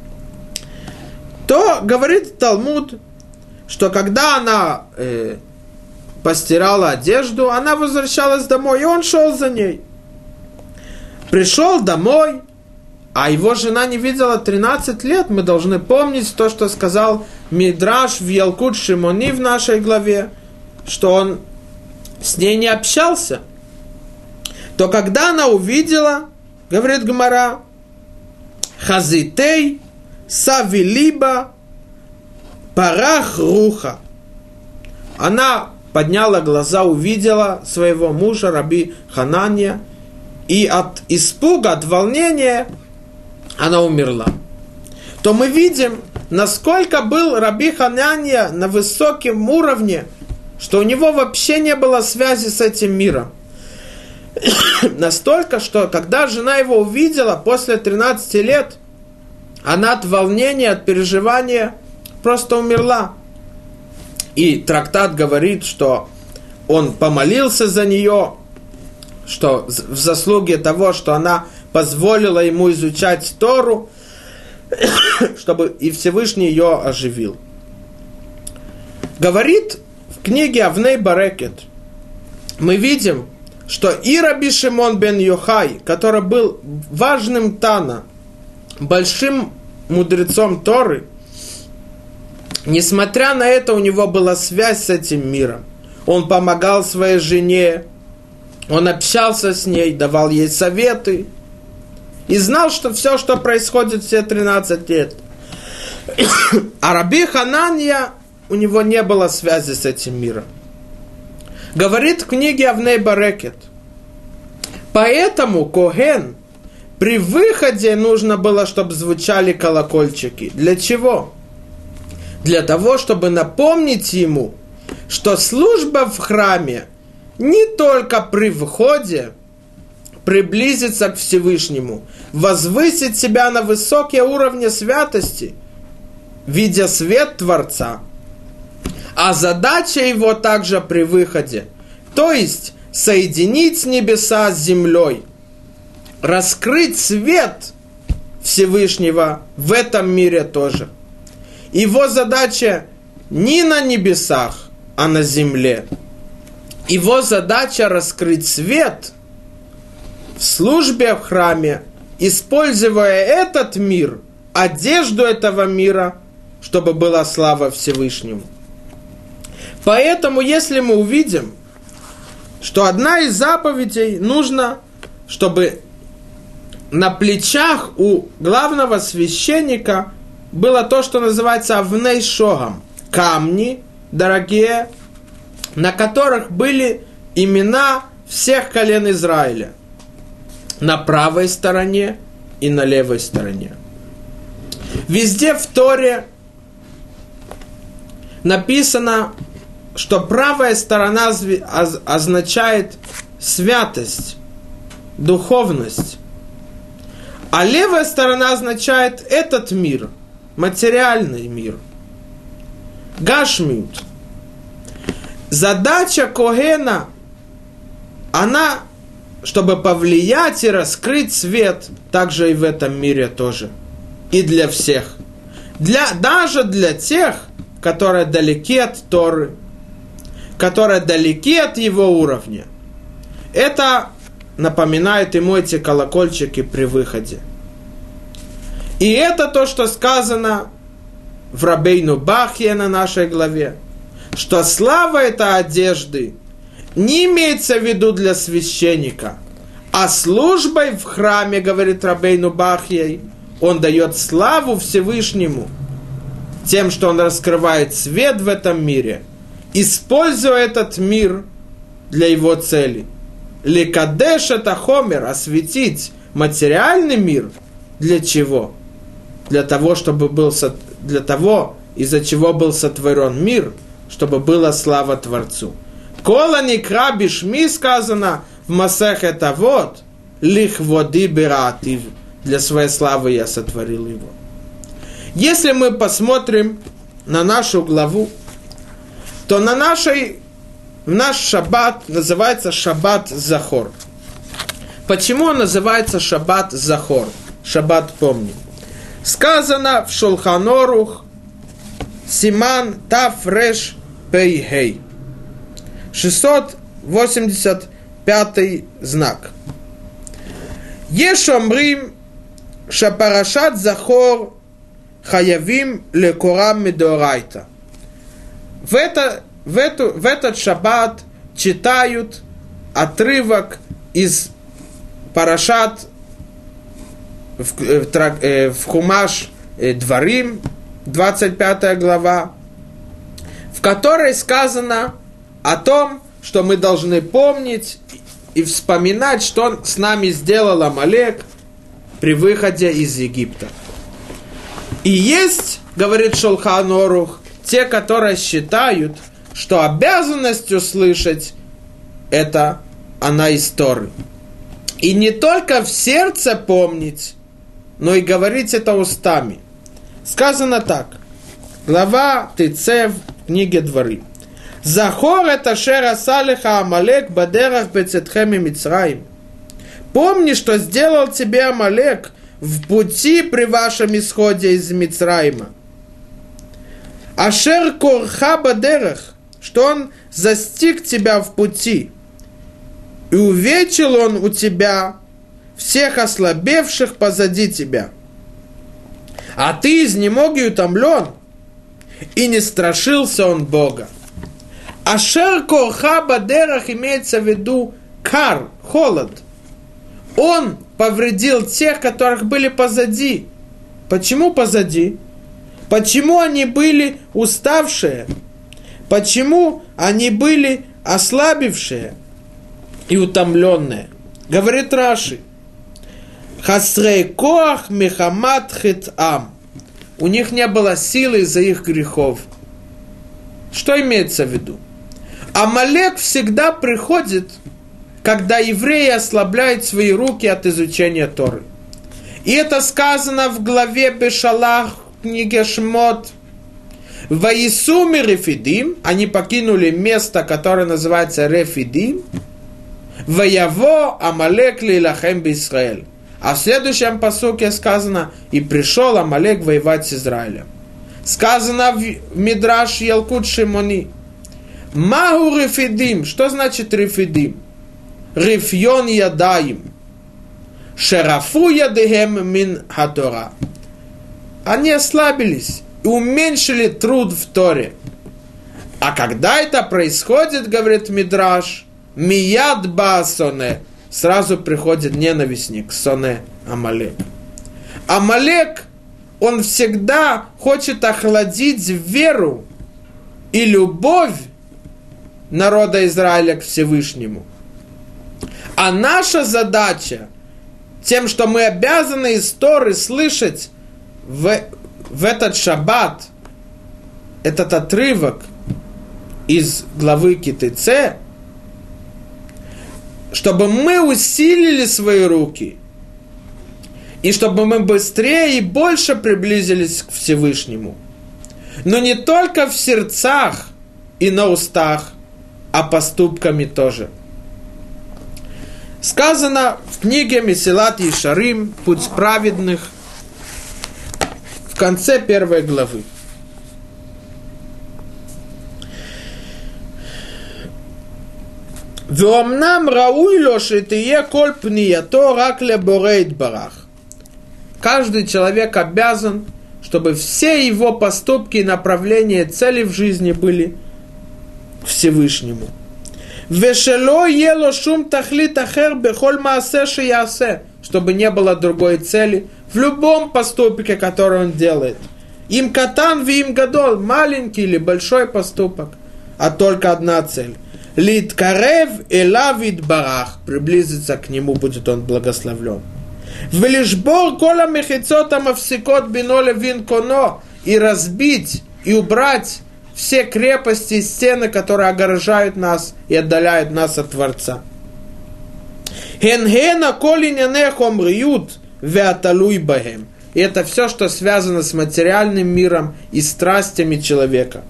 То говорит Талмуд, что когда она э, постирала одежду, она возвращалась домой, и он шел за ней. Пришел домой, а его жена не видела тринадцать лет. Мы должны помнить то, что сказал Мидраш в Ялкут Шимони в нашей главе, что он с ней не общался. То когда она увидела, говорит Гмара, Хазитей Савилиба Парах Руха, она подняла глаза, увидела своего мужа Раби Хананья, и от испуга, от волнения она умерла. То мы видим, насколько был Раби Хананья на высоком уровне, что у него вообще не было связи с этим миром. Настолько, что когда жена его увидела после тринадцати лет, она от волнения, от переживания просто умерла. И трактат говорит, что он помолился за нее, что в заслуге того, что она позволила ему изучать Тору, чтобы и Всевышний ее оживил. Говорит в книге Авней Барекет, мы видим, что и Раби Шимон бен Йохай, который был важным Тана, большим мудрецом Торы, несмотря на это, у него была связь с этим миром. Он помогал своей жене, он общался с ней, давал ей советы, и знал, что все, что происходит все тринадцать лет. А Раби Хананья, у него не было связи с этим миром. Говорит в книге Авней Барекет, поэтому Коген при выходе нужно было, чтобы звучали колокольчики. Для чего? Для того, чтобы напомнить ему, что служба в храме не только при входе приблизиться к Всевышнему, возвысить себя на высокие уровни святости, видя свет Творца, а задача его также при выходе, то есть соединить небеса с землей, раскрыть свет Всевышнего в этом мире тоже. Его задача не на небесах, а на земле. Его задача раскрыть свет в службе в храме, используя этот мир, одежду этого мира, чтобы была слава Всевышнему. Поэтому, если мы увидим, что одна из заповедей нужно, чтобы на плечах у главного священника было то, что называется авней шогам. Камни дорогие, на которых были имена всех колен Израиля. На правой стороне и на левой стороне. Везде в Торе написано, что правая сторона означает святость, духовность, а левая сторона означает этот мир, материальный мир, гашмиут. Задача Когена, она, чтобы повлиять и раскрыть свет, также и в этом мире тоже, и для всех, для, даже для тех, которые далеки от Торы, которые далеки от его уровня. Это напоминает ему эти колокольчики при выходе. И это то, что сказано в Рабейну Бахье на нашей главе, что слава этой одежды не имеется в виду для священника, а службой в храме, говорит Рабейну Бахье, он дает славу Всевышнему тем, что он раскрывает свет в этом мире, используя этот мир для его цели. Лекадеш это хомер, осветить материальный мир. Для чего? Для того, чтобы был, для того, из-за чего был сотворен мир, чтобы была слава Творцу. Кола никра бишми сказано в Масехет Авот, лих воды биратив, для своей славы я сотворил его. Если мы посмотрим на нашу главу, то на нашей, наш шаббат называется шаббат Захор. Почему он называется шаббат Захор? Шаббат помни. Сказано в Шулхан Орух, Симан Тав Реш Пей Хей. шестьсот восемьдесят пятый знак. Ешомрим Шапарашат Захор Хаявим Лекорам Медорайта. В, это, в, эту, в этот шаббат читают отрывок из Парашат в, в, в Хумаш Дворим, двадцать пятая глава, в которой сказано о том, что мы должны помнить и вспоминать, что с нами сделал Амалек при выходе из Египта. И есть, говорит Шулхан Орух, те, которые считают, что обязанность услышать это она из Торы. И не только в сердце помнить, но и говорить это устами. Сказано так. Глава Тецев, книге Дворы. Захор это шера салиха Амалек бадерах бецетхем и Мицраим. Помни, что сделал тебе Амалек в пути при вашем исходе из Мицраима. Ашер корха бадерах, что он застиг тебя в пути. И увечил он у тебя всех ослабевших позади тебя. А ты изнемог и утомлен, и не страшился он Бога. Ашер корха бадерах имеется в виду кар, холод. Он повредил тех, которых были позади. Почему позади? Почему они были уставшие? Почему они были ослабевшие и утомленные? Говорит Раши. Хасрей коах мехамат хитам. У них не было силы из-за их грехов. Что имеется в виду? Амалек всегда приходит, когда евреи ослабляют свои руки от изучения Торы. И это сказано в главе Бешалах, книге Шмот. Ваисуми Рефидим, они покинули место, которое называется Рефидим. Ваяво Амалек лилахем б'Исраэль. А в следующем пасуке сказано, и пришел Амалек воевать с Израилем. Сказано в Мидраш Ялкут Шимони. Магу Рефидим. Что значит Рефидим? Рифьон ядаим. Шерафу ядехем мин хатора. Они ослабились и уменьшили труд в Торе. А когда это происходит, говорит Мидраш, мияд ба соне, сразу приходит ненавистник, соне, Амалек. Амалек, он всегда хочет охладить веру и любовь народа Израиля к Всевышнему. А наша задача, тем, что мы обязаны из Торы слышать в, в этот шаббат, этот отрывок из главы Ки-Тейцэ, чтобы мы усилили свои руки, и чтобы мы быстрее и больше приблизились к Всевышнему. Но не только в сердцах и на устах, а поступками тоже. Сказано в книге Месилат Ешарим «Путь праведных» в конце первой главы. «Веомнам рауй ло шетие коль пниято рак леборей дбарах». Каждый человек обязан, чтобы все его поступки и направления цели в жизни были Всевышнему. «Вешело ело шум тахлит ахер бехоль маасе шиясе», чтобы не было другой цели в любом поступке, который он делает. Им катан ви им гадол, маленький или большой поступок, а только одна цель. Лит карев элавит барах, приблизиться к нему будет он благословлен. Велишбор кола мехицота мавсикот бино левин коно, и разбить и убрать все крепости и стены, которые огорожают нас и отдаляют нас от Творца. Хен-хена колиняне хомриют веаталуй бахем. И это все, что связано с материальным миром и страстями человека.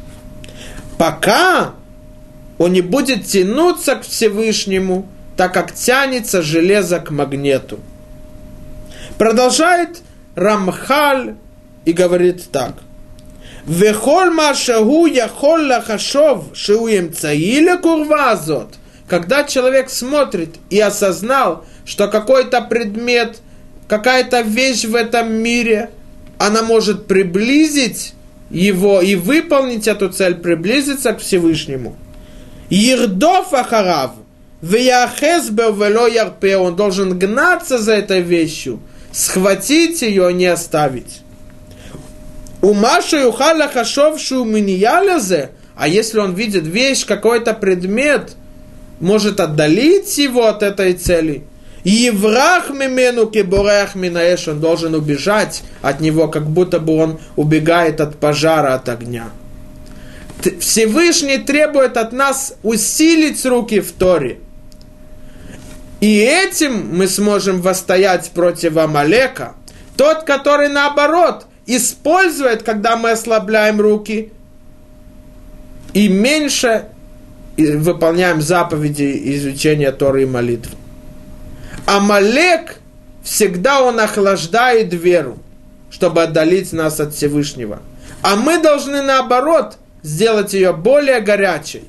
Пока он не будет тянуться к Всевышнему, так как тянется железо к магниту. Продолжает Рамхаль и говорит так. «Вехоль машагу яхоль лахашов шиуем цаиля курвазот». Когда человек смотрит и осознал, что какой-то предмет, какая-то вещь в этом мире, она может приблизить его и выполнить эту цель, приблизиться к Всевышнему. «Ирдов ахарав, веяхез бе вело ярпе», он должен гнаться за этой вещью, схватить ее, не оставить. У Маши юхала хашовшу миньялязе, а если он видит вещь, какой-то предмет, может отдалить его от этой цели. Еврах мимену кеборех минаэш, он должен убежать от него, как будто бы он убегает от пожара, от огня. Всевышний требует от нас усилить руки в Торе. И этим мы сможем восстоять против Амалека. Тот, который наоборот использует, когда мы ослабляем руки, и меньше выполняем заповеди изучения Торы и молитв. Амалек всегда он охлаждает веру, чтобы отдалить нас от Всевышнего. А мы должны наоборот сделать ее более горячей.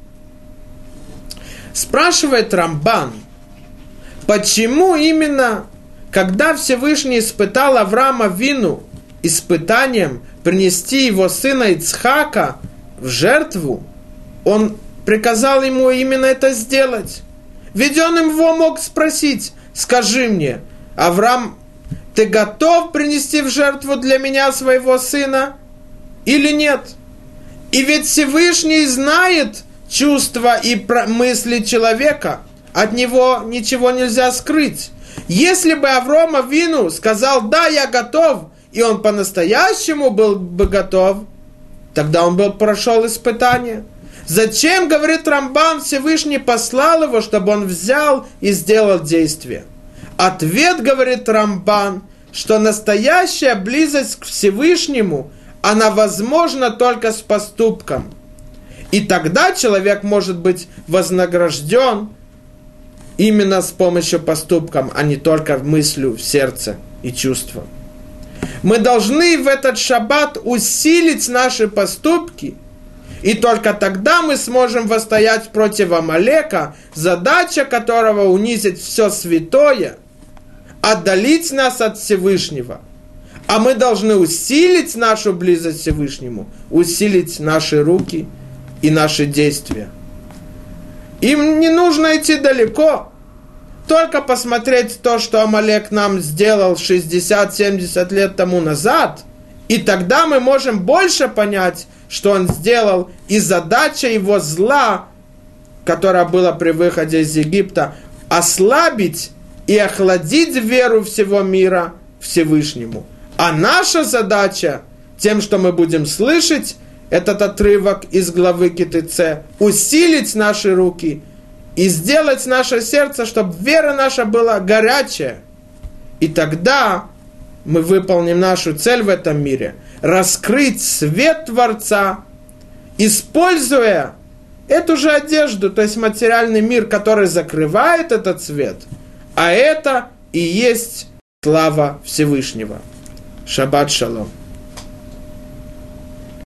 Спрашивает Рамбан, почему именно, когда Всевышний испытал Авраама Вину испытанием принести его сына Ицхака в жертву, он приказал ему именно это сделать. Ведь он его мог спросить: скажи мне, Авраам, ты готов принести в жертву для меня своего сына или нет? И ведь Всевышний знает чувства и мысли человека, от него ничего нельзя скрыть. Если бы Авраам Авину сказал: да, я готов, и он по-настоящему был бы готов, тогда он бы прошел испытание. Зачем, говорит Рамбан, Всевышний послал его, чтобы он взял и сделал действие? Ответ, говорит Рамбан, что настоящая близость к Всевышнему, она возможна только с поступком. И тогда человек может быть вознагражден именно с помощью поступком, а не только мыслью в сердце и чувством. Мы должны в этот шаббат усилить наши поступки, и только тогда мы сможем восстоять против Амалека, задача которого унизить все святое, отдалить нас от Всевышнего. А мы должны усилить нашу близость к Всевышнему, усилить наши руки и наши действия. Им не нужно идти далеко. только посмотреть то, что Амалек нам сделал шестьдесят-семьдесят лет тому назад, и тогда мы можем больше понять, что он сделал, и задача его зла, которая была при выходе из Египта, ослабить и охладить веру всего мира Всевышнему. А наша задача, тем, что мы будем слышать этот отрывок из главы Ки-Тце, усилить наши руки и сделать наше сердце, чтобы вера наша была горячая. И тогда мы выполним нашу цель в этом мире – раскрыть свет Творца, используя эту же одежду, то есть материальный мир, который закрывает этот свет, а это и есть слава Всевышнего. Шаббат шалом.